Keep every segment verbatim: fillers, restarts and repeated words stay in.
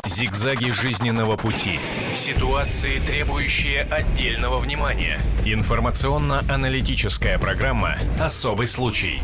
Зигзаги жизненного пути. Ситуации, требующие отдельного внимания. Информационно-аналитическая программа «Особый случай».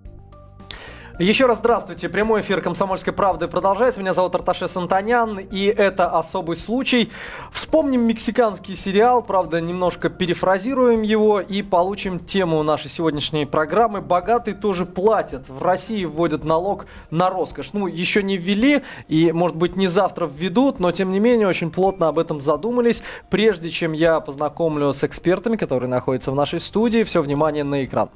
Еще раз здравствуйте. Прямой эфир «Комсомольской правды» продолжается. Меня зовут Арташес Антонян, и это «Особый случай». Вспомним мексиканский сериал, правда, немножко перефразируем его и получим тему нашей сегодняшней программы. Богатые тоже платят. В России вводят налог на роскошь. Ну, еще не ввели и, может быть, не завтра введут, но, тем не менее, очень плотно об этом задумались. Прежде чем я познакомлю с экспертами, которые находятся в нашей студии, все внимание на экран.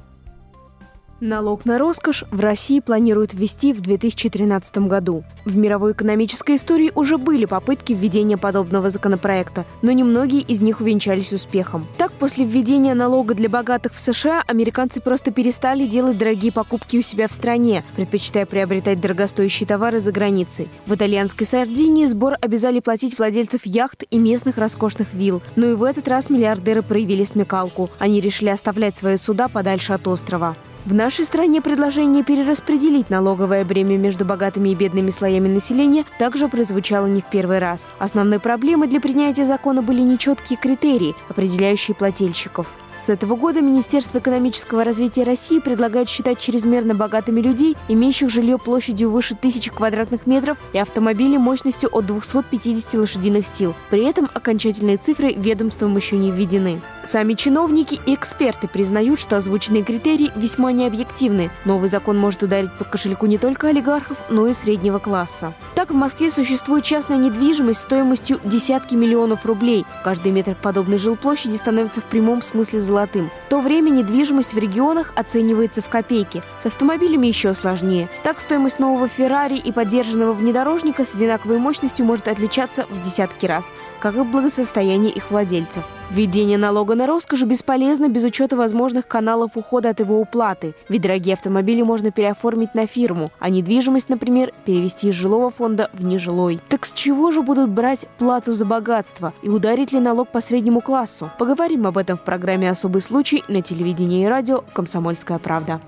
Налог на роскошь в России планируют ввести в две тысячи тринадцатом году. В мировой экономической истории уже были попытки введения подобного законопроекта, но немногие из них увенчались успехом. Так, после введения налога для богатых в США, американцы просто перестали делать дорогие покупки у себя в стране, предпочитая приобретать дорогостоящие товары за границей. В итальянской Сардинии сбор обязали платить владельцев яхт и местных роскошных вилл. Но и в этот раз миллиардеры проявили смекалку. Они решили оставлять свои суда подальше от острова. В нашей стране предложение перераспределить налоговое бремя между богатыми и бедными слоями населения также прозвучало не в первый раз. Основной проблемой для принятия закона были нечеткие критерии, определяющие плательщиков. С этого года Министерство экономического развития России предлагает считать чрезмерно богатыми людей, имеющих жилье площадью выше тысячи квадратных метров и автомобили мощностью от двухсот пятидесяти лошадиных сил. При этом окончательные цифры ведомством еще не введены. Сами чиновники и эксперты признают, что озвученные критерии весьма необъективны. Новый закон может ударить по кошельку не только олигархов, но и среднего класса. Так, в Москве существует частная недвижимость стоимостью десятки миллионов рублей. Каждый метр подобной жилплощади становится в прямом смысле золотым. В то время недвижимость в регионах оценивается в копейки. С автомобилями еще сложнее. Так, стоимость нового Феррари и подержанного внедорожника с одинаковой мощностью может отличаться в десятки раз, как и благосостояние их владельцев. Введение налога на роскошь бесполезно без учета возможных каналов ухода от его уплаты. Ведь дорогие автомобили можно переоформить на фирму, а недвижимость, например, перевести из жилого фонда в нежилой. Так с чего же будут брать плату за богатство? И ударит ли налог по среднему классу? Поговорим об этом в программе «Особый случай» на телевидении и радио «Комсомольская правда».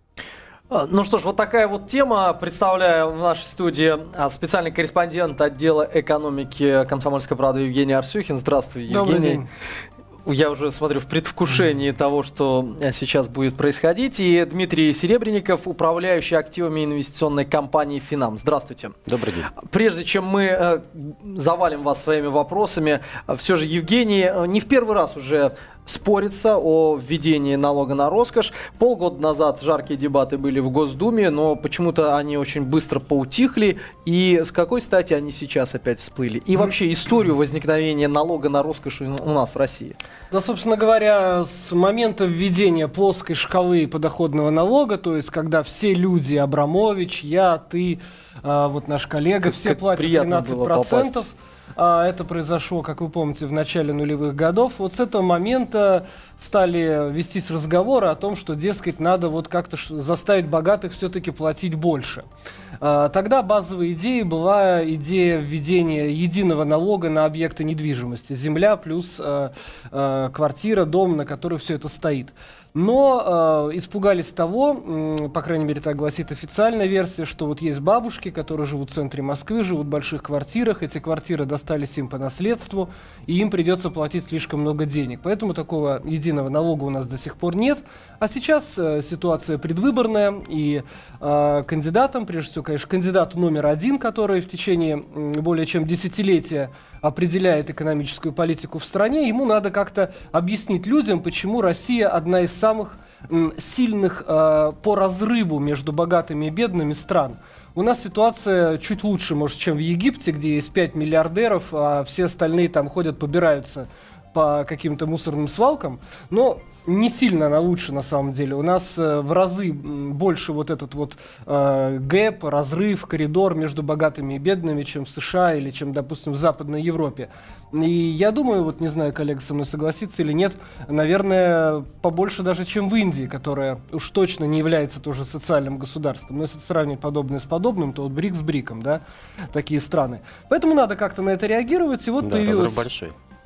Ну что ж, вот такая вот тема. Представляю в нашей студии специальный корреспондент отдела экономики «Комсомольской правды» Евгений Арсюхин. Здравствуй, Евгений. Добрый день. Я уже смотрю в предвкушении того, что сейчас будет происходить. И Дмитрий Серебренников, управляющий активами инвестиционной компании «Финам». Здравствуйте. Добрый день. Прежде чем мы э, завалим вас своими вопросами, все же Евгений не в первый раз уже спорится о введении налога на роскошь. Полгода назад жаркие дебаты были в Госдуме, но почему-то они очень быстро поутихли. И с какой стати они сейчас опять всплыли? И вообще историю возникновения налога на роскошь у нас в России. Да, собственно говоря, с момента введения плоской шкалы подоходного налога, то есть когда все люди, Абрамович, я, ты, а, вот наш коллега, как, все как платят тринадцать процентов. Это произошло, как вы помните, в начале нулевых годов. Вот с этого момента стали вестись разговоры о том, что, дескать, надо вот как-то заставить богатых все-таки платить больше. Тогда базовой идеей была идея введения единого налога на объекты недвижимости. Земля плюс квартира, дом, на которой все это стоит. Но э, испугались того, э, по крайней мере, так гласит официальная версия, что вот есть бабушки, которые живут в центре Москвы, живут в больших квартирах, эти квартиры достались им по наследству, и им придется платить слишком много денег. Поэтому такого единого налога у нас до сих пор нет. А сейчас э, ситуация предвыборная, и э, кандидатам, прежде всего, конечно, кандидату номер один, который в течение э, более чем десятилетия определяет экономическую политику в стране, ему надо как-то объяснить людям, почему Россия одна из самых м, сильных э, по разрыву между богатыми и бедными стран. У нас ситуация чуть лучше, может, чем в Египте, где есть пять миллиардеров, а все остальные там ходят, побираются по каким-то мусорным свалкам, но не сильно она лучше на самом деле. У нас э, в разы больше вот этот вот э, гэп, разрыв, коридор между богатыми и бедными, чем в США или чем, допустим, в Западной Европе. И я думаю, вот не знаю, коллега со мной согласится или нет, наверное, побольше даже, чем в Индии, которая уж точно не является тоже социальным государством. Но если сравнивать подобное с подобным, то вот БРИКС с БРИКом, да, такие страны. Поэтому надо как-то на это реагировать. И вот да, появилась... разрыв большой.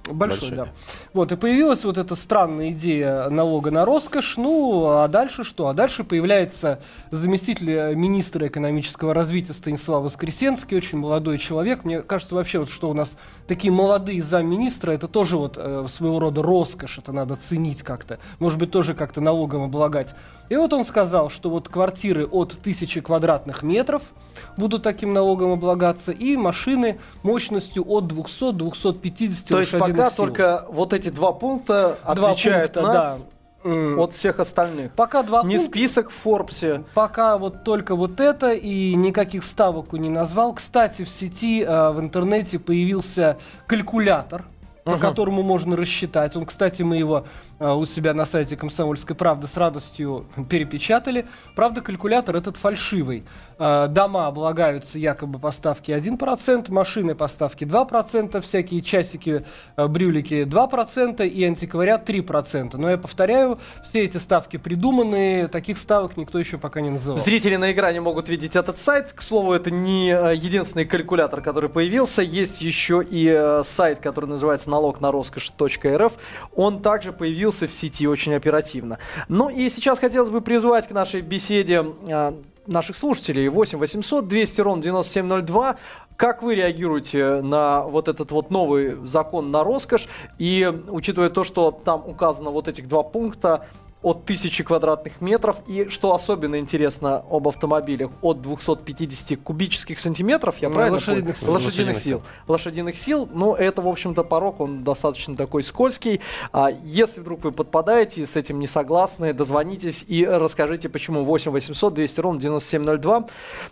Большой, Большой. да. Вот, и появилась вот эта странная идея налога на роскошь. Ну, а дальше что? А дальше появляется заместитель министра экономического развития Станислав Воскресенский, очень молодой человек. Мне кажется, вообще, вот, что у нас такие молодые замминистра, это тоже вот э, своего рода роскошь, это надо ценить как-то. Может быть, тоже как-то налогом облагать. И вот он сказал, что вот квартиры от тысячи квадратных метров будут таким налогом облагаться, и машины мощностью от двухсот до двухсот пятидесяти То есть лошадиных пока сил. только вот эти два пункта Два отличают пункта, нас да. от всех остальных. Пока два Не пункта. список в Форбсе. Пока вот только вот это, и никаких ставок он не назвал. Кстати, в сети, э, в интернете появился калькулятор, по Ага. которому можно рассчитать. Он, кстати, мы его э, у себя на сайте «Комсомольской правды» с радостью перепечатали. Правда, калькулятор этот фальшивый. Э, дома облагаются якобы по ставке один процент, машины по ставке два процента, всякие часики, э, брюлики два процента и антиквариат три процента. Но я повторяю, все эти ставки придуманные, таких ставок никто еще пока не называл. Зрители на экране могут видеть этот сайт. К слову, это не э, единственный калькулятор, который появился. Есть еще и э, сайт, который называется налог на роскошь точка эр эф. Он также появился в сети очень оперативно. Ну и сейчас хотелось бы призвать к нашей беседе э, наших слушателей. восемь восемьсот двести ровно девяносто семь ноль два. Как вы реагируете на вот этот вот новый закон на роскошь? И учитывая то, что там указано вот этих два пункта, от тысячи квадратных метров, и что особенно интересно об автомобилях, от двухсот пятидесяти кубических сантиметров, я Ну, правильно лошадиных понял? сил. Лошадиных сил. Лошадиных сил, но это, в общем-то, порог, он достаточно такой скользкий. А если вдруг вы подпадаете и с этим не согласны, дозвонитесь и расскажите, почему. восемь восемьсот двести ровно девяносто семь ноль два.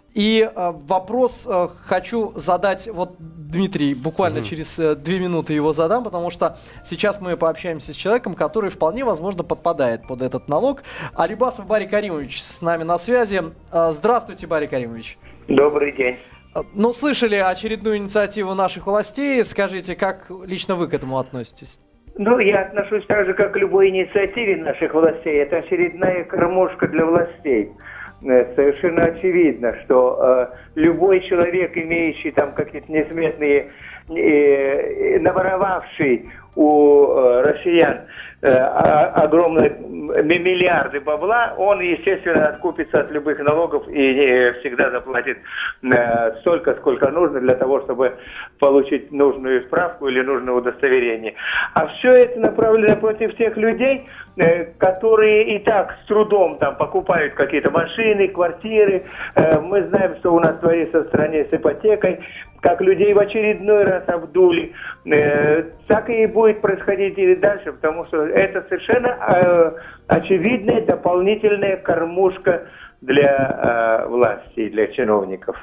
И а, вопрос а, хочу задать, вот Дмитрий, буквально mm-hmm. через а, две минуты его задам, потому что сейчас мы пообщаемся с человеком, который вполне возможно подпадает под этот налог. Алибасов Барри Каримович с нами на связи. Здравствуйте, Барри Каримович. Добрый день. Ну, слышали очередную инициативу наших властей. Скажите, как лично вы к этому относитесь? Ну, я отношусь так же, как к любой инициативе наших властей. Это очередная кормушка для властей. Совершенно очевидно, что э, любой человек, имеющий там какие-то несметные, э, наворовавший у э, россиян э, огромные миллиарды бабла, он, естественно, откупится от любых налогов и э, всегда заплатит э, столько, сколько нужно для того, чтобы получить нужную справку или нужное удостоверение. А все это направлено против тех людей, э, которые и так с трудом там покупают какие-то машины, квартиры. Э, мы знаем, что у нас творится в стране с ипотекой, как людей в очередной раз обдули. Э, так и будет происходить и дальше, потому что это совершенно э, очевидная дополнительная кормушка для э, власти, для чиновников.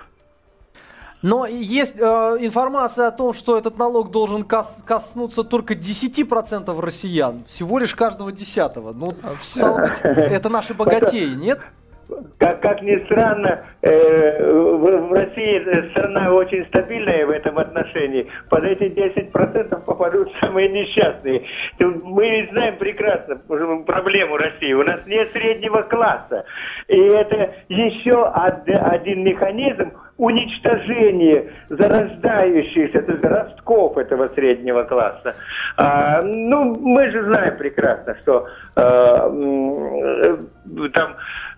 Но есть э, информация о том, что этот налог должен кос- коснуться только десяти процентов россиян, всего лишь каждого десятого. Ну, стало быть, это наши богатеи, нет? Как, как ни странно, э, в, в России страна очень стабильная в этом отношении. Под эти десять процентов попадут самые несчастные. Мы ведь знаем прекрасно проблему России. У нас нет среднего класса. И это еще один механизм уничтожения зарождающихся, то есть ростков этого среднего класса. А, ну, мы же знаем прекрасно, что а, там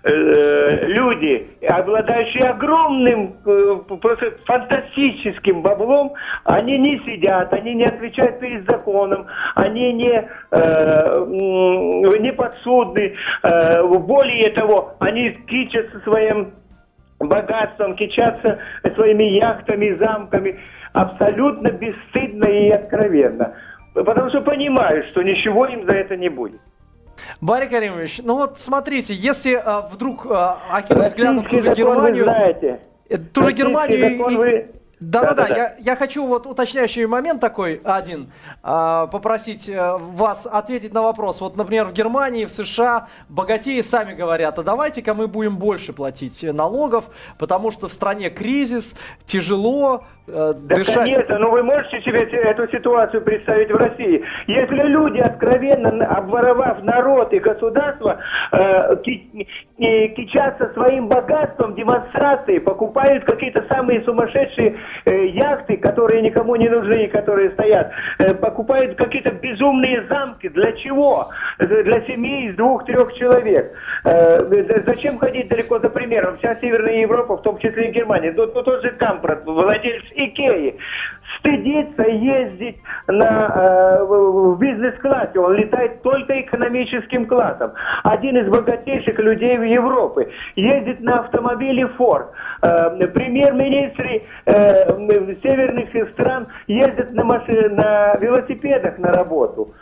люди, обладающие огромным, просто фантастическим баблом, они не сидят, они не отвечают перед законом, они не, э, не подсудны. Э, более того, они кичатся своим богатством, кичатся своими яхтами, замками, абсолютно бесстыдно и откровенно. Потому что понимают, что ничего им за это не будет. Барри Каримович, ну вот смотрите, если а, вдруг а, окинуть взглядом ту же Германию, ту же Германию, да-да-да, я, я хочу вот уточняющий момент такой один, а, попросить а, вас ответить на вопрос. Вот, например, в Германии, в США богатеи сами говорят, а давайте-ка мы будем больше платить налогов, потому что в стране кризис, тяжело, э, Да, дышать. конечно, но вы можете себе эту ситуацию представить в России? Если люди, откровенно обворовав народ и государство, э, ки- ки- кичатся своим богатством, демонстрации, покупают какие-то самые сумасшедшие э, яхты, которые никому не нужны, которые стоят, э, покупают какие-то безумные замки. Для чего? Для семьи из двух-трех человек. Э, зачем ходить далеко за примером? Вся Северная Европа, в том числе и Германия, тот, тот же Кампрат, владелец Икеи, стыдится ездить на, э, в бизнес-классе. Он летает только экономическим классом. Один из богатейших людей в Европе ездит на автомобиле Ford. Э, премьер-министры э, северных стран ездят на, маши- на велосипедах на работу.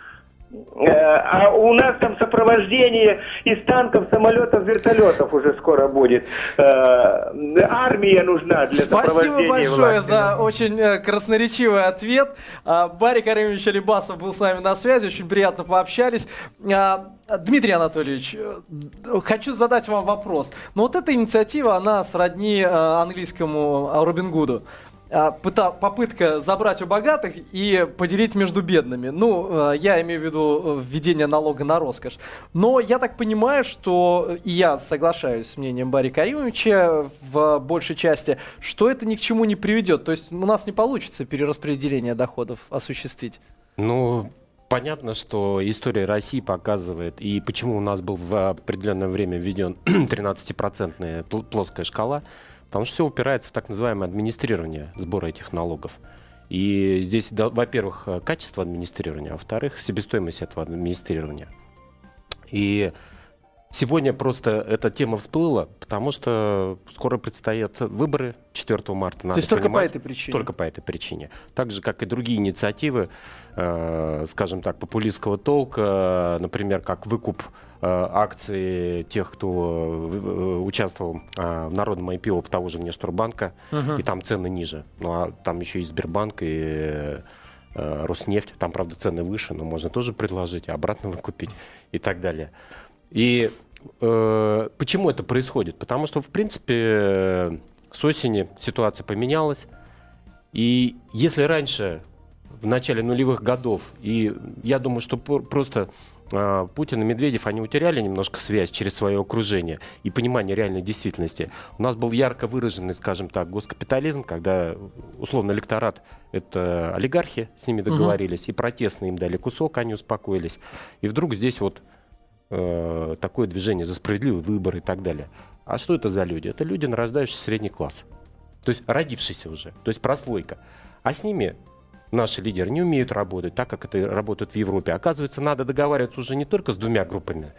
А у нас там сопровождение из танков, самолетов, вертолетов уже скоро будет. Армия нужна для сопровождения. Спасибо большое власти. за очень красноречивый ответ. Барик Каримович Алибасов был с нами на связи, очень приятно пообщались. Дмитрий Анатольевич, хочу задать вам вопрос. Но вот эта инициатива, она сродни английскому Робин Гуду. Попытка забрать у богатых и поделить между бедными. Ну, я имею в виду введение налога на роскошь. Но я так понимаю, что, и я соглашаюсь с мнением Барри Каримовича в большей части, что это ни к чему не приведет. То есть у нас не получится перераспределение доходов осуществить. Ну, понятно, что история России показывает, и почему у нас был в определенное время введен тринадцатипроцентная плоская шкала, потому что все упирается в так называемое администрирование сбора этих налогов. И здесь, да, во-первых, качество администрирования, а во-вторых, себестоимость этого администрирования. И сегодня просто эта тема всплыла, потому что скоро предстоят выборы четвёртого марта. То есть только по этой причине? Только по этой причине. Так же, как и другие инициативы, э, скажем так, популистского толка, например, как выкуп акции тех, кто участвовал в народном ай пи о того же Внешторгбанка, uh-huh. и там цены ниже. Ну а там еще и Сбербанк, и э, Роснефть. Там, правда, цены выше, но можно тоже предложить, а обратно выкупить и так далее. И э, почему это происходит? Потому что, в принципе, с осени ситуация поменялась. И если раньше, в начале нулевых годов, и я думаю, что просто Путин и Медведев, они утеряли немножко связь через свое окружение и понимание реальной действительности. У нас был ярко выраженный, скажем так, госкапитализм, когда условно электорат — это олигархи, с ними договорились, угу. и протестно им дали кусок, они успокоились. И вдруг здесь вот э, такое движение за справедливый выбор и так далее. А что это за люди? Это люди, нарождающийся средний класс. То есть родившиеся уже, то есть прослойка. А с ними наши лидеры не умеют работать так, как это работает в Европе. Оказывается, надо договариваться уже не только с двумя группами.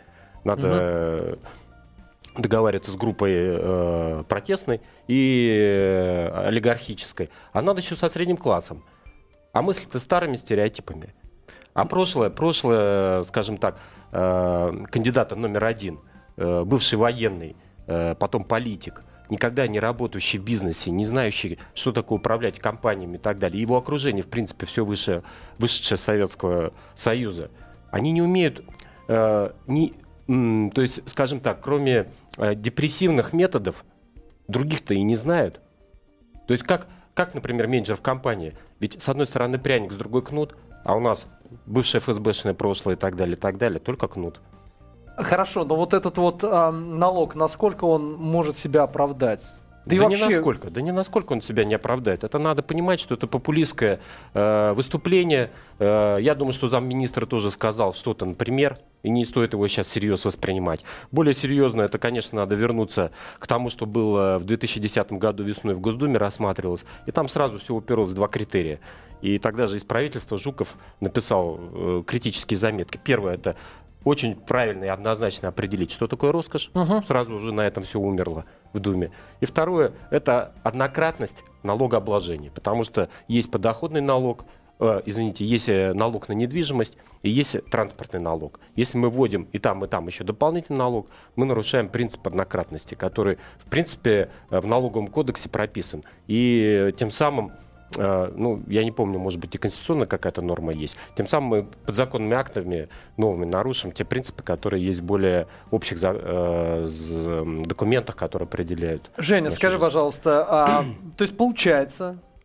Надо угу. договариваться с группой э, протестной и э, олигархической. А надо еще со средним классом. А мысли-то старыми стереотипами. А прошлое, прошлое, скажем так, э, кандидата номер один, э, бывший военный, э, потом политик, никогда не работающий в бизнесе, не знающий, что такое управлять компаниями и так далее. Его окружение, в принципе, все выше, вышедшее Советского Союза. Они не умеют, э, не, м, то есть, скажем так, кроме э, депрессивных методов, других-то и не знают. То есть, как, как, например, менеджер в компании. Ведь, с одной стороны, пряник, с другой кнут, а у нас бывшее эф эс бэшное прошлое и так далее, и так далее, только кнут. Хорошо, но вот этот вот э, налог, насколько он может себя оправдать? Да, да, вообще... не насколько, да не насколько он себя не оправдает. Это надо понимать, что это популистское э, выступление. Э, я думаю, что замминистра тоже сказал что-то, например, и не стоит его сейчас всерьез воспринимать. Более серьезно, это, конечно, надо вернуться к тому, что было в две тысячи десятом году весной в Госдуме рассматривалось. И там сразу все уперлось в два критерия. И тогда же из правительства Жуков написал э, критические заметки. Первое — это очень правильно и однозначно определить, что такое роскошь. Uh-huh. Сразу уже на этом все умерло в Думе. И второе — это однократность налогообложения. Потому что есть подоходный налог, э, извините, есть налог на недвижимость и есть транспортный налог. Если мы вводим и там, и там еще дополнительный налог, мы нарушаем принцип однократности, который, в принципе, в налоговом кодексе прописан. И тем самым, ну, я не помню, может быть, и конституционная какая-то норма есть. Тем самым мы подзаконными актами новыми нарушим те принципы, которые есть в более общих э, документах, которые определяют. Женя, скажи, жизнь. пожалуйста, а, то есть получается,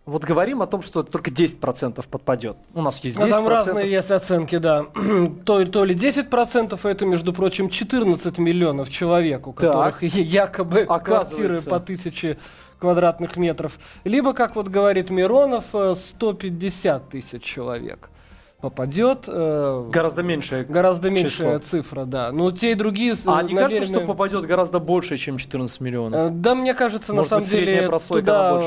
Вот говорим о том, что только десять процентов подпадет. У нас есть десять процентов. десять процентов. Там разные есть оценки, да. то, то ли десять процентов, это, между прочим, четырнадцать миллионов человек, у которых так. якобы квартиры по тысяче квадратных метров. Либо, как вот говорит Миронов, сто пятьдесят тысяч человек попадет. Э, гораздо меньшая Гораздо меньшая цифра, да. Но те и другие... А не кажется, что попадет гораздо больше, чем четырнадцать миллионов? Э, да, мне кажется, Может на быть, самом деле, туда,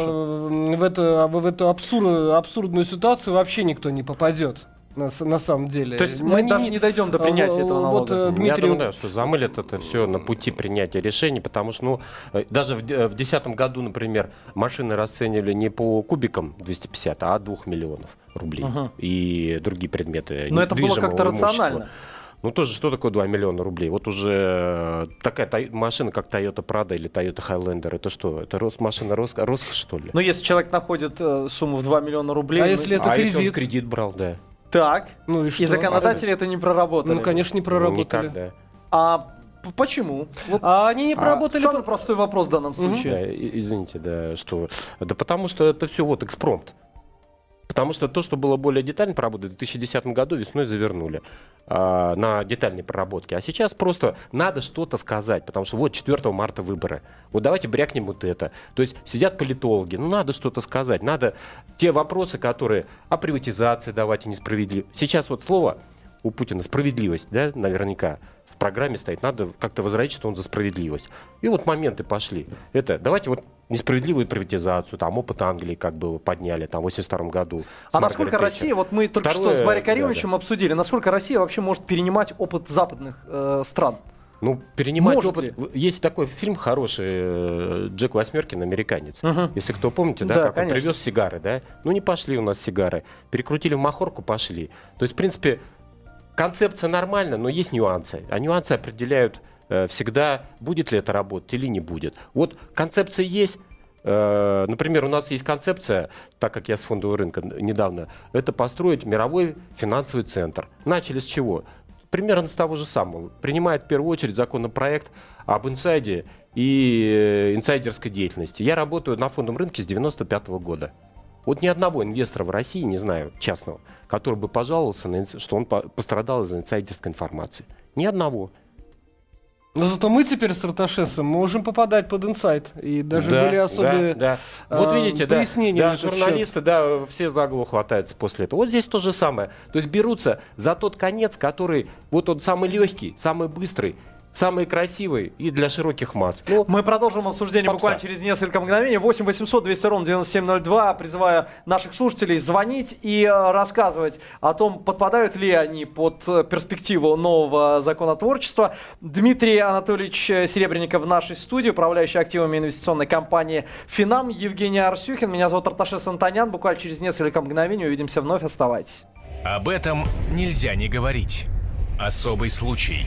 в эту, в эту абсур, абсурдную ситуацию вообще никто не попадет. На, на самом деле. То есть мы не, даже не дойдем до принятия этого налога. Вот, Дмитрий... Я думаю, да, что замылят это все на пути принятия решений, потому что, ну, даже в две тысячи десятом году, например, машины расценивали не по кубикам двести пятьдесят, а от двух миллионов рублей. Uh-huh. И другие предметы. Но это было как-то рационально. Ну, тоже, что такое два миллиона рублей? Вот уже такая машина, как Toyota Prado или Toyota Highlander, это что? Это рост, машина рос, роскошь, что ли? Ну, если человек находит э, сумму в два миллиона рублей... А ну... если это а кредит? Если он кредит брал, да. Так, ну и, что? И законодатели а это не проработали. Ну, конечно, не проработали. Никак, да. А почему? Вот а они не проработали... А, самый простой вопрос в данном случае. Да, извините, да, что... Да потому что это все вот экспромт. Потому что то, что было более детально проработано, в две тысячи десятом году весной завернули а, на детальной проработке. А сейчас просто надо что-то сказать, потому что вот четвёртого марта выборы. Вот давайте брякнем вот это. То есть сидят политологи, ну надо что-то сказать. Надо те вопросы, которые о приватизации давайте несправедливо. Сейчас вот слово у Путина справедливость, да, наверняка в программе стоит. Надо как-то возразить, что он за справедливость. И вот моменты пошли. Это давайте вот несправедливую приватизацию, там опыт Англии как было подняли там в восемьдесят втором году. А насколько Россия, вот мы только Второе, что с Барри Каримовичем да, да. обсудили, насколько Россия вообще может перенимать опыт западных э, стран? Ну, перенимать может опыт. Ли? Есть такой фильм хороший, Джек Восьмеркин, «Американец». Uh-huh. Если кто помните, да, да как конечно. он привез сигары, да? Ну, не пошли у нас сигары. Перекрутили в махорку, пошли. То есть, в принципе, концепция нормальна, но есть нюансы. А нюансы определяют э, всегда, будет ли это работать или не будет. Вот концепция есть. Э, например, у нас есть концепция, так как я с фондового рынка недавно, это построить мировой финансовый центр. Начали с чего? Примерно с того же самого. Принимает в первую очередь законопроект об инсайде и э, инсайдерской деятельности. Я работаю на фондовом рынке с девяносто пятого года. Вот ни одного инвестора в России, не знаю, частного, который бы пожаловался, на, что он по- пострадал из-за инсайдерской информации. Ни одного. Но зато мы теперь с Арташесом можем попадать под инсайд. И даже да, были особые да, да. Вот видите, э, пояснения. Да, да, журналисты, да, все за голову хватаются после этого. Вот здесь то же самое. То есть берутся за тот конец, который вот он самый легкий, самый быстрый, самый красивый и для широких масс. Ну, мы продолжим обсуждение попса. Буквально через несколько мгновений. восемь восемьсот двести ровно девяносто семь ноль два. Призываю наших слушателей звонить и э, рассказывать о том, подпадают ли они под перспективу нового законотворчества. Дмитрий Анатольевич Серебренников в нашей студии, управляющий активами инвестиционной компании «Финам», Евгений Арсюхин. Меня зовут Арташес Антонян. Буквально через несколько мгновений увидимся вновь. Оставайтесь. Об этом нельзя не говорить. Особый случай.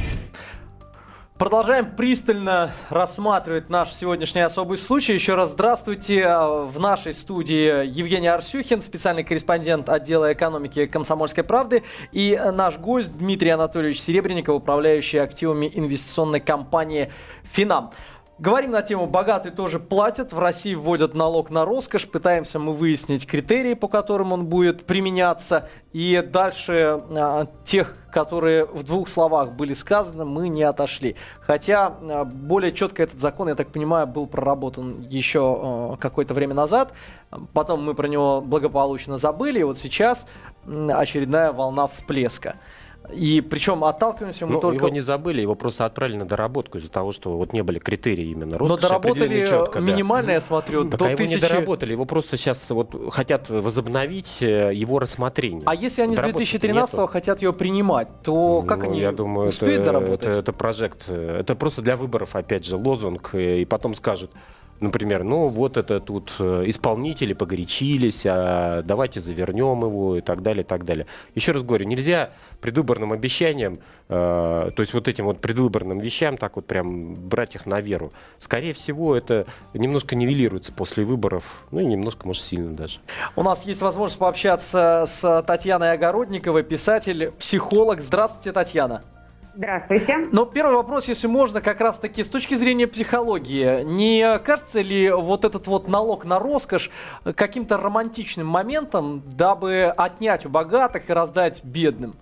Продолжаем пристально рассматривать наш сегодняшний особый случай. Еще раз здравствуйте. В нашей студии Евгений Арсюхин, специальный корреспондент отдела экономики «Комсомольской правды», и наш гость Дмитрий Анатольевич Серебренников, управляющий активами инвестиционной компании «Финам». Говорим на тему «Богатые тоже платят». В России вводят налог на роскошь. Пытаемся мы выяснить критерии, по которым он будет применяться. И дальше а, тех, которые в двух словах были сказаны, мы не отошли. Хотя а, более четко этот закон, я так понимаю, был проработан еще а, какое-то время назад. Потом мы про него благополучно забыли. И вот сейчас м, очередная волна всплеска. И причем отталкиваемся мы ну, только... Его не забыли, его просто отправили на доработку из-за того, что вот не были критерии именно роскоши. Но доработали четко, минимально, да. я смотрю, так до а его тысячи... не доработали, его просто сейчас вот хотят возобновить его рассмотрение. А если они с две тысячи тринадцатого хотят ее принимать, то как ну, они я думаю, успеют это, доработать? Это, это прожект, это просто для выборов, опять же, лозунг, и потом скажут, например, ну вот это тут исполнители погорячились, а давайте завернем его и так далее, и так далее. Еще раз говорю, нельзя предвыборным обещаниям, э, то есть вот этим вот предвыборным вещам так вот прям брать их на веру. Скорее всего, это немножко нивелируется после выборов, ну и немножко, может, сильно даже. У нас есть возможность пообщаться с Татьяной Огородниковой, писатель, психолог. Здравствуйте, Татьяна. Здравствуйте. Но первый вопрос, если можно, как раз-таки с точки зрения психологии. Не кажется ли вот этот вот налог на роскошь каким-то романтичным моментом, дабы отнять у богатых и раздать бедным?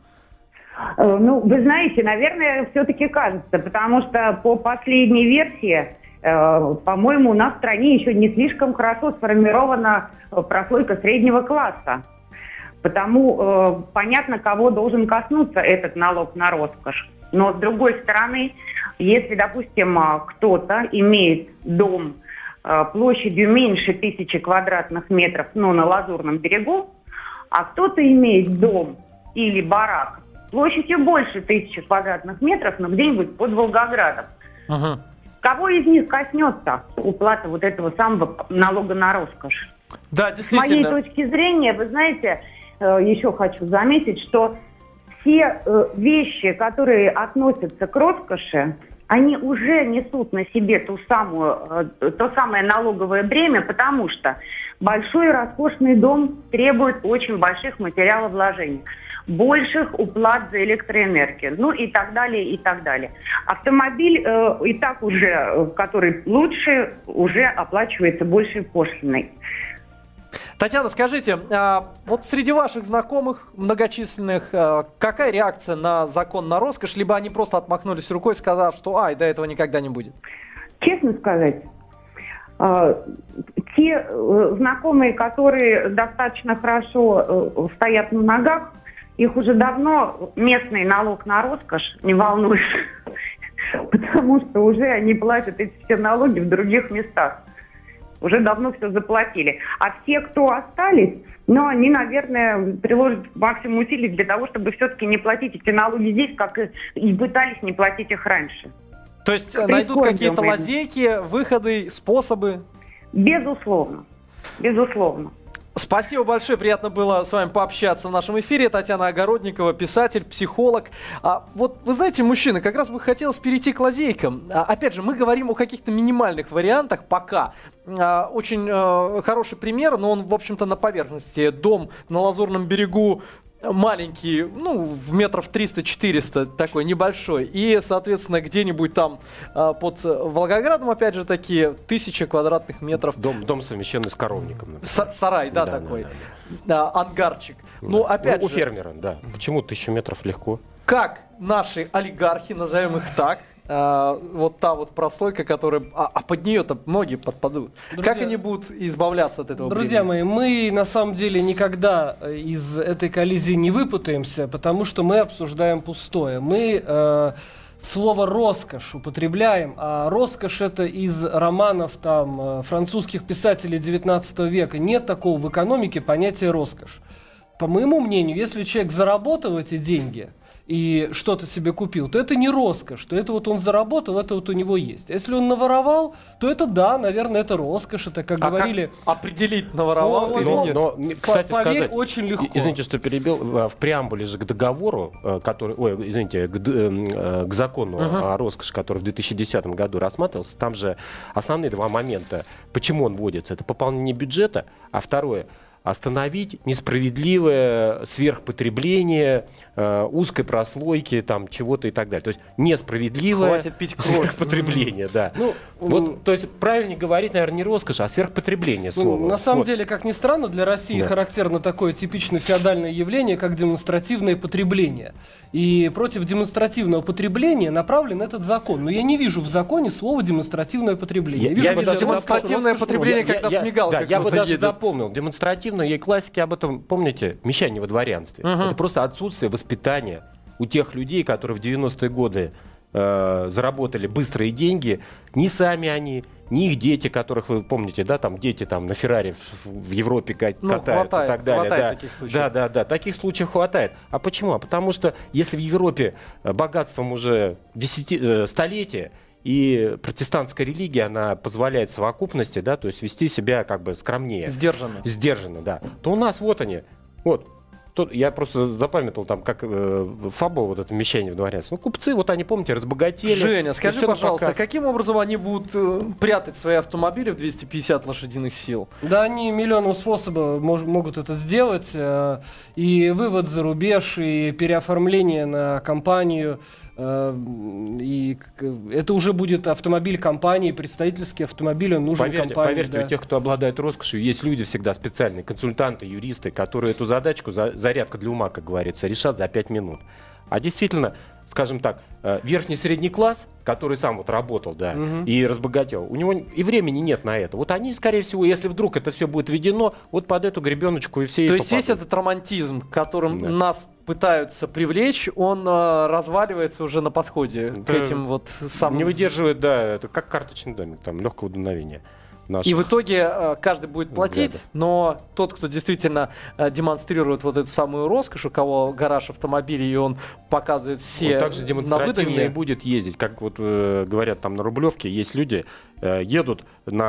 Ну, вы знаете, наверное, все-таки кажется, потому что по последней версии, э, по-моему, у нас в стране еще не слишком хорошо сформирована прослойка среднего класса. Потому э, понятно, кого должен коснуться этот налог на роскошь. Но с другой стороны, если, допустим, кто-то имеет дом э, площадью меньше тысячи квадратных метров, но на Лазурном берегу, а кто-то имеет дом или барак площадью больше тысячи квадратных метров, но где-нибудь под Волгоградом. Ага. Кого из них коснется уплата вот этого самого налога на роскошь? Да, С моей действительно. точки зрения, вы знаете, э, еще хочу заметить, что все э, вещи, которые относятся к роскоши, они уже несут на себе ту самую, э, то самое налоговое бремя, потому что большой роскошный дом требует очень больших материаловложений, больших уплат за электроэнергию, ну и так далее, и так далее. Автомобиль э, и так уже, э, который лучше, уже оплачивается большей пошлиной. Татьяна, скажите, а, вот среди ваших знакомых многочисленных, а, какая реакция на закон на роскошь? Либо они просто отмахнулись рукой, сказав, что ай, до этого никогда не будет? Честно сказать, э, те э, знакомые, которые достаточно хорошо э, стоят на ногах, их уже давно местный налог на роскошь не волнует, потому что уже они платят эти все налоги в других местах. Уже давно все заплатили. А все, кто остались, ну, они, наверное, приложат максимум усилий для того, чтобы все-таки не платить эти налоги здесь, как и, и пытались не платить их раньше. То есть найдут какие-то лазейки, выходы, способы? Безусловно. Безусловно. Спасибо большое, приятно было с вами пообщаться в нашем эфире. Татьяна Огородникова, писатель, психолог. А, вот вы знаете, мужчины, как раз бы хотелось перейти к лазейкам. А, опять же, мы говорим о каких-то минимальных вариантах пока. А, очень а, хороший пример, но он, в общем-то, на поверхности. Дом на Лазурном берегу маленький, ну, в метров триста-четыреста, такой небольшой. И, соответственно, где-нибудь там а, под Волгоградом, опять же, такие тысяча квадратных метров. Дом, дом совмещенный с коровником. С- сарай, да, Да, такой. да, да, А, ангарчик. Ну, опять Ну, у же, фермера, да. Почему тысячу метров легко? как наши олигархи, назовем их так, а, вот та вот прослойка, которая... А, а под нее-то многие подпадут. Друзья, как они будут избавляться от этого Друзья бремени? мои, мы на самом деле никогда из этой коллизии не выпутаемся, потому что мы обсуждаем пустое. Мы э, слово «роскошь» употребляем, а роскошь — это из романов там, э, французских писателей девятнадцатого века. Нет такого в экономике понятия «роскошь». По моему мнению, если человек заработал эти деньги и что-то себе купил, то это не роскошь, то это вот он заработал, это вот у него есть. А если он наворовал, то это да, наверное, это роскошь, это, как А говорили... как определить, наворовал Ну, ты или ну, нет? Но, м, кстати Поверь, сказать, очень легко. и- извините, что перебил, в в преамбуле же к договору, э, который, ой, извините, к, д- э, к закону о роскоши, который в две тысячи десятом году рассматривался, там же основные два момента, почему он вводится. Это пополнение бюджета, а второе — остановить несправедливое сверхпотребление э, узкой прослойки, там, чего-то и так далее. То есть несправедливое Хватит пить кровь. сверхпотребление, да. Ну, Вот, то есть правильнее говорить, наверное, не роскошь, а сверхпотребление Ну, слово. на самом Вот. деле, как ни странно, для России Да. характерно такое типично феодальное явление, как демонстративное потребление. И против демонстративного потребления направлен этот закон. Но я не вижу в законе слова «демонстративное потребление». Я- вижу я бы везде даже роскошь, демонстративное роскошь, потребление, роскошь. когда с мигалкой да, я бы кто-то даже едет. запомнил. Демонстративно, и классики об этом, помните, мещане во дворянстве. Мгм. Это просто отсутствие воспитания у тех людей, которые в девяностые годы э, заработали быстрые деньги. Ни сами они, ни их дети, которых вы помните, да, там дети там на Феррари в, в Европе ка- Ну, катаются хватает, и так далее. хватает да. таких случаев. Да, да, да, таких случаев хватает. А почему? А потому что если в Европе э, богатством уже десяти, э, столетия, и протестантская религия, она позволяет в совокупности, да, то есть вести себя как бы скромнее. Сдержанно. Сдержанно, да. То у нас вот они. Вот. Тут я просто запамятовал, там, как э, фабо, вот это вмещение в дворянстве. Ну, купцы, вот они, помните, разбогатели. Женя, И скажи, всё на пожалуйста, показ. каким образом они будут э, прятать свои автомобили в двести пятьдесят лошадиных сил? Да, они миллионом способов мож- могут это сделать. э, И вывод за рубеж, и переоформление на компанию. И это уже будет автомобиль компании, представительский автомобиль, он нужен поверьте, компании. Поверьте, да. у тех, кто обладает роскошью, есть люди всегда специальные, консультанты, юристы, которые эту задачку, зарядка для ума, как говорится, решат за пять минут. А действительно, скажем так, верхний средний класс, который сам вот работал, да, угу. и разбогател, у него и времени нет на это. Вот они, скорее всего, если вдруг это все будет введено, вот под эту гребеночку и все. То и есть попадут. весь этот романтизм, которым да. нас пытаются привлечь, он э, разваливается уже на подходе да. к этим вот самым... Не выдерживает, да, это как карточный домик, там, легкого дуновения. Наших. И в итоге э, каждый будет платить, взгляды. Но тот, кто действительно э, демонстрирует вот эту самую роскошь, у кого гараж автомобилей, и он показывает все он также демонстративно на и будет ездить. Как вот э, говорят там на Рублевке, есть люди, э, едут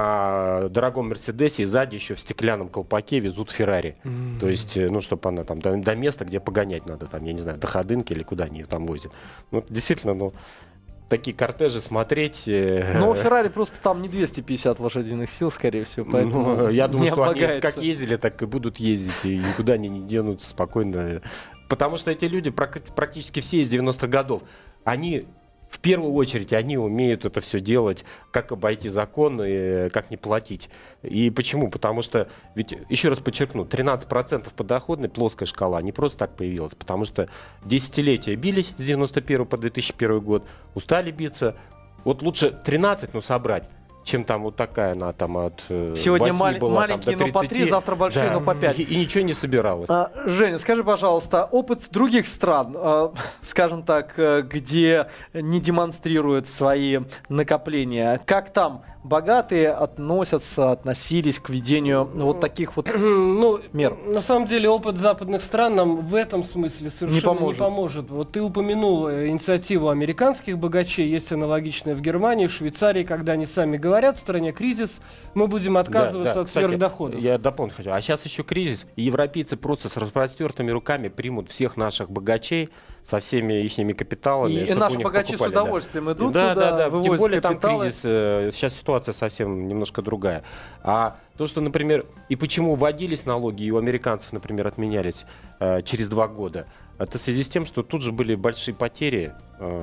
на дорогом Мерседесе и сзади еще в стеклянном колпаке везут Феррари. Mm-hmm. То есть, э, ну, чтобы она там до, до места, где погонять надо, там, я не знаю, до Ходынки или куда они ее там возят. Ну, действительно, ну... такие кортежи смотреть... Ну, у Феррари просто там не двести пятьдесят лошадиных сил, скорее всего, поэтому ну, я думаю, не что облагается. Они как ездили, так и будут ездить, и никуда они не денутся спокойно. Потому что эти люди, практически все из девяностых годов, они... В первую очередь они умеют это все делать, как обойти закон и как не платить. И почему? Потому что, ведь, еще раз подчеркну, тринадцать процентов подоходной плоская шкала не просто так появилась, потому что десятилетия бились с девяносто первого по две тысячи первый год, устали биться. Вот лучше тринадцать, ну, собрать, чем там вот такая она там от сегодня мал- была, маленькие, там, но по три, завтра большие, да, но по пять. И, и ничего не собиралось. А, Женя, скажи, пожалуйста, опыт других стран, а, скажем так, где не демонстрируют свои накопления, как там богатые относятся, относились к ведению вот таких вот ну, мер? На самом деле опыт западных стран нам в этом смысле совершенно не поможет. Не поможет. Вот ты упомянул инициативу американских богачей, есть аналогичная в Германии, в Швейцарии, когда они сами говорят, в стране кризис, мы будем отказываться да, да. от Кстати, сверхдоходов. Я дополнить хочу. А сейчас еще кризис, и европейцы просто с распростертыми руками примут всех наших богачей со всеми ихними капиталами. И, и наши богачи покупали, с удовольствием да. идут да, туда, да, да. вывозят Тем более капиталы. Там кризис, сейчас ситуация совсем немножко другая. А то, что, например, и почему вводились налоги, и у американцев, например, отменялись э, через два года, это в связи с тем, что тут же были большие потери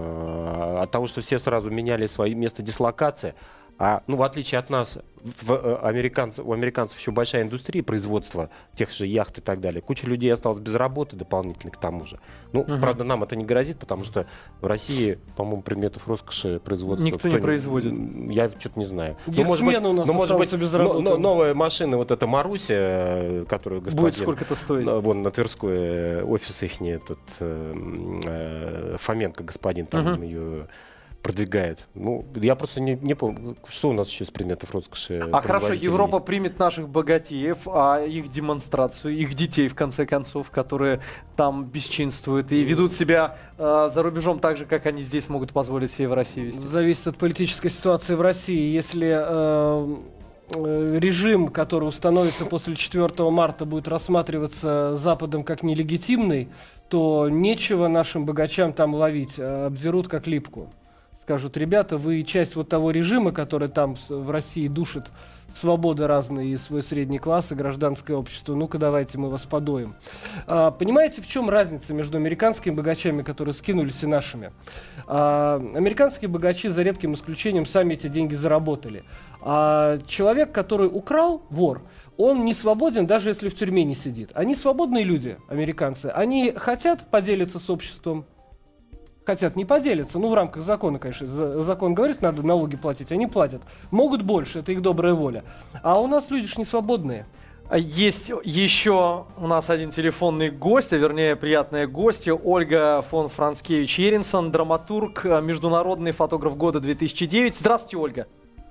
э, от того, что все сразу меняли свои места дислокации. А, ну, в отличие от нас, в, американцев, у американцев еще большая индустрия производства тех же яхт и так далее. Куча людей осталась без работы дополнительно к тому же. Ну, uh-huh. правда, нам это не грозит, потому что в России, по-моему, предметов роскоши производства... Никто не производит. Я что-то не знаю. Ну, может быть, у нас ну, может быть без работы. Но, но, новая машина, вот эта Маруся, которую господин... Будет сколько-то стоить? Вон на Тверской офис их, этот э, э, Фоменко господин, там uh-huh. ее... продвигает. Ну, я просто не, не помню, что у нас еще из предметов роскоши. А хорошо, Европа есть. Примет наших богатеев, а их демонстрацию, их детей, в конце концов, которые там бесчинствуют и ведут себя э, за рубежом так же, как они здесь могут позволить себе в России вести. Зависит от политической ситуации в России. Если э, э, режим, который установится после четвёртого марта, будет рассматриваться Западом как нелегитимный, то нечего нашим богачам там ловить, а обдерут как липку. Скажут, ребята, вы часть вот того режима, который там в России душит свободы разные, и свой средний класс, и гражданское общество. Ну-ка, давайте мы вас подоим. А, понимаете, в чем разница между американскими богачами, которые скинулись, и нашими? А, американские богачи, за редким исключением, сами эти деньги заработали. А человек, который украл, вор, он не свободен, даже если в тюрьме не сидит. Они свободные люди, американцы. Они хотят поделиться с обществом, хотят не поделиться, ну в рамках закона, конечно, закон говорит, надо налоги платить, они платят. Могут больше, это их добрая воля. А у нас люди ж не свободные. Есть еще у нас один телефонный гость, а вернее приятная гостья, Ольга фон Францкевич-Еринсон, драматург, международный фотограф года две тысячи девять. Здравствуйте, Ольга.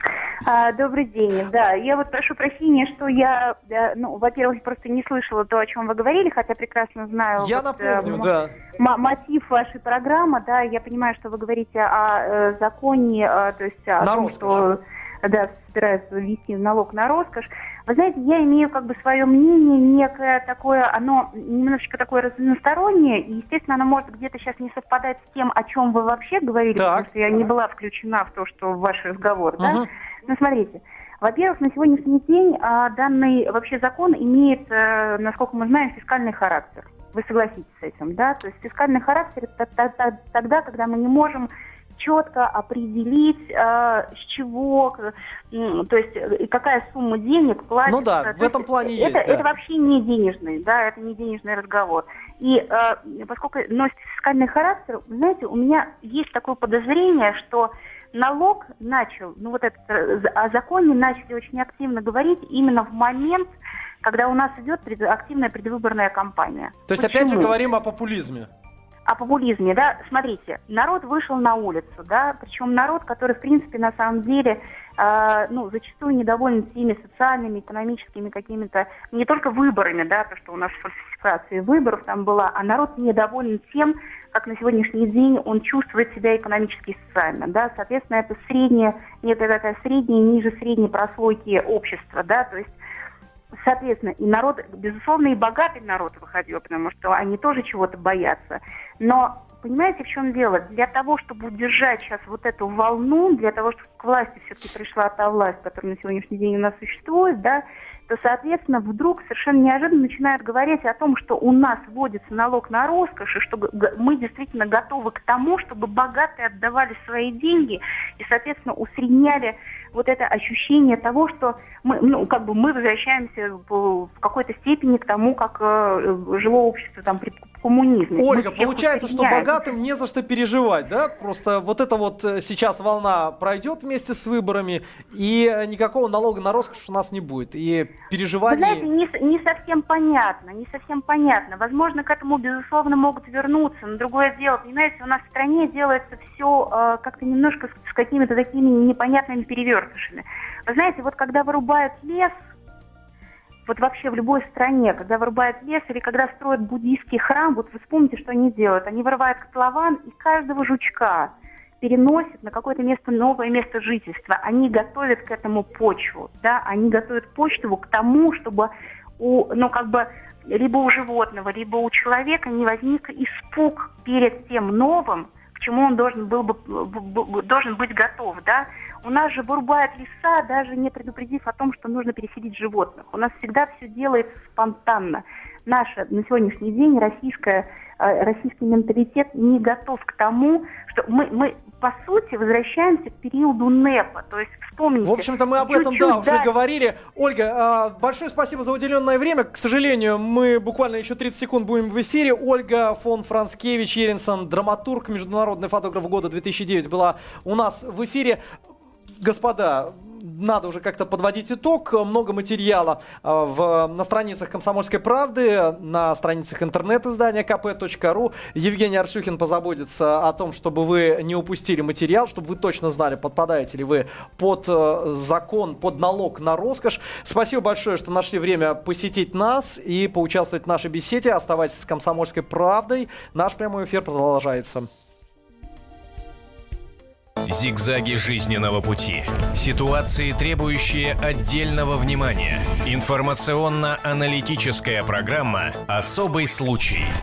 А, добрый день. Да, я вот прошу прощения, что я, да, ну, во-первых, просто не слышала то, о чем вы говорили, хотя прекрасно знаю. Я вот, напомню, э, да. М- мотив вашей программы, да, я понимаю, что вы говорите о э, законе, э, то есть о на том, роскошь. что, да, собираются ввести налог на роскошь. Вы знаете, я имею как бы свое мнение, некое такое, оно немножечко такое разностороннее, и, естественно, оно может где-то сейчас не совпадать с тем, о чем вы вообще говорили, так. потому что я не была включена в то, что в ваш разговор, да. Uh-huh. Ну, смотрите, во-первых, на сегодняшний день а, данный вообще закон имеет, а, насколько мы знаем, фискальный характер. Вы согласитесь с этим, да? То есть фискальный характер – это тогда, когда мы не можем четко определить, э, с чего, э, то есть какая сумма денег платится. Ну да, в этом плане есть. Это, да. это вообще не денежный, да, это не денежный разговор. И э, поскольку носит фискальный характер, знаете, у меня есть такое подозрение, что налог начал, ну вот это, о законе начали очень активно говорить именно в момент, когда у нас идет пред, активная предвыборная кампания. То есть Почему? опять же говорим о популизме. О популизме, да, смотрите, народ вышел на улицу, да, причем народ, который, в принципе, на самом деле, э, ну, зачастую недоволен теми социальными, экономическими какими-то, не только выборами, да, то, что у нас фальсификация выборов там была, а народ недоволен тем, как на сегодняшний день он чувствует себя экономически и социально, да, соответственно, это средняя, некая такая средняя, ниже средней прослойки общества, да, то есть, соответственно, и народ, безусловно, и богатый народ выходил, потому что они тоже чего-то боятся. Но, понимаете, в чем дело? Для того, чтобы удержать сейчас вот эту волну, для того, чтобы к власти все-таки пришла та власть, которая на сегодняшний день у нас существует, да, то, соответственно, вдруг совершенно неожиданно начинают говорить о том, что у нас вводится налог на роскошь, и что мы действительно готовы к тому, чтобы богатые отдавали свои деньги и, соответственно, усредняли вот это ощущение того, что мы, ну, как бы мы возвращаемся в какой-то степени к тому, как э, жило общество там при коммунизме. Ольга, получается, что богатым не за что переживать, да? Просто вот эта вот сейчас волна пройдет вместе с выборами, и никакого налога на роскошь у нас не будет. И переживаний... Вы знаете, не, не совсем понятно, не совсем понятно. Возможно, к этому, безусловно, могут вернуться, но другое дело, понимаете, у нас в стране делается все э, как-то немножко с, с какими-то такими непонятными перевертышами. Вы знаете, вот когда вырубают лес, вот вообще в любой стране, когда вырубают лес или когда строят буддийский храм, вот вы вспомните, что они делают. Они вырывают котлован и каждого жучка переносят на какое-то место, новое место жительства. Они готовят к этому почву, да, они готовят почву к тому, чтобы у, ну, как бы, либо у животного, либо у человека не возник испуг перед тем новым, к чему он должен был бы, должен быть готов, да. У нас же вырубают леса, даже не предупредив о том, что нужно переселить животных. У нас всегда все делается спонтанно. Наша на сегодняшний день российская, э, российский менталитет не готов к тому, что мы, мы по сути возвращаемся к периоду НЭПа. То есть вспомните. В общем-то, мы об этом, да, уже говорили. Ольга, э, большое спасибо за уделенное время. К сожалению, мы буквально еще тридцать секунд будем в эфире. Ольга фон Францкевич Еринсон, драматург, международный фотограф года две тысячи девять, была у нас в эфире. Господа, надо уже как-то подводить итог. Много материала в, на страницах «Комсомольской правды», на страницах интернет-издания ка пэ точка ру. Евгений Арсюхин позаботится о том, чтобы вы не упустили материал, чтобы вы точно знали, подпадаете ли вы под закон, под налог на роскошь. Спасибо большое, что нашли время посетить нас и поучаствовать в нашей беседе. Оставайтесь с «Комсомольской правдой». Наш прямой эфир продолжается. Зигзаги жизненного пути. Ситуации, требующие отдельного внимания. Информационно-аналитическая программа «Особый случай».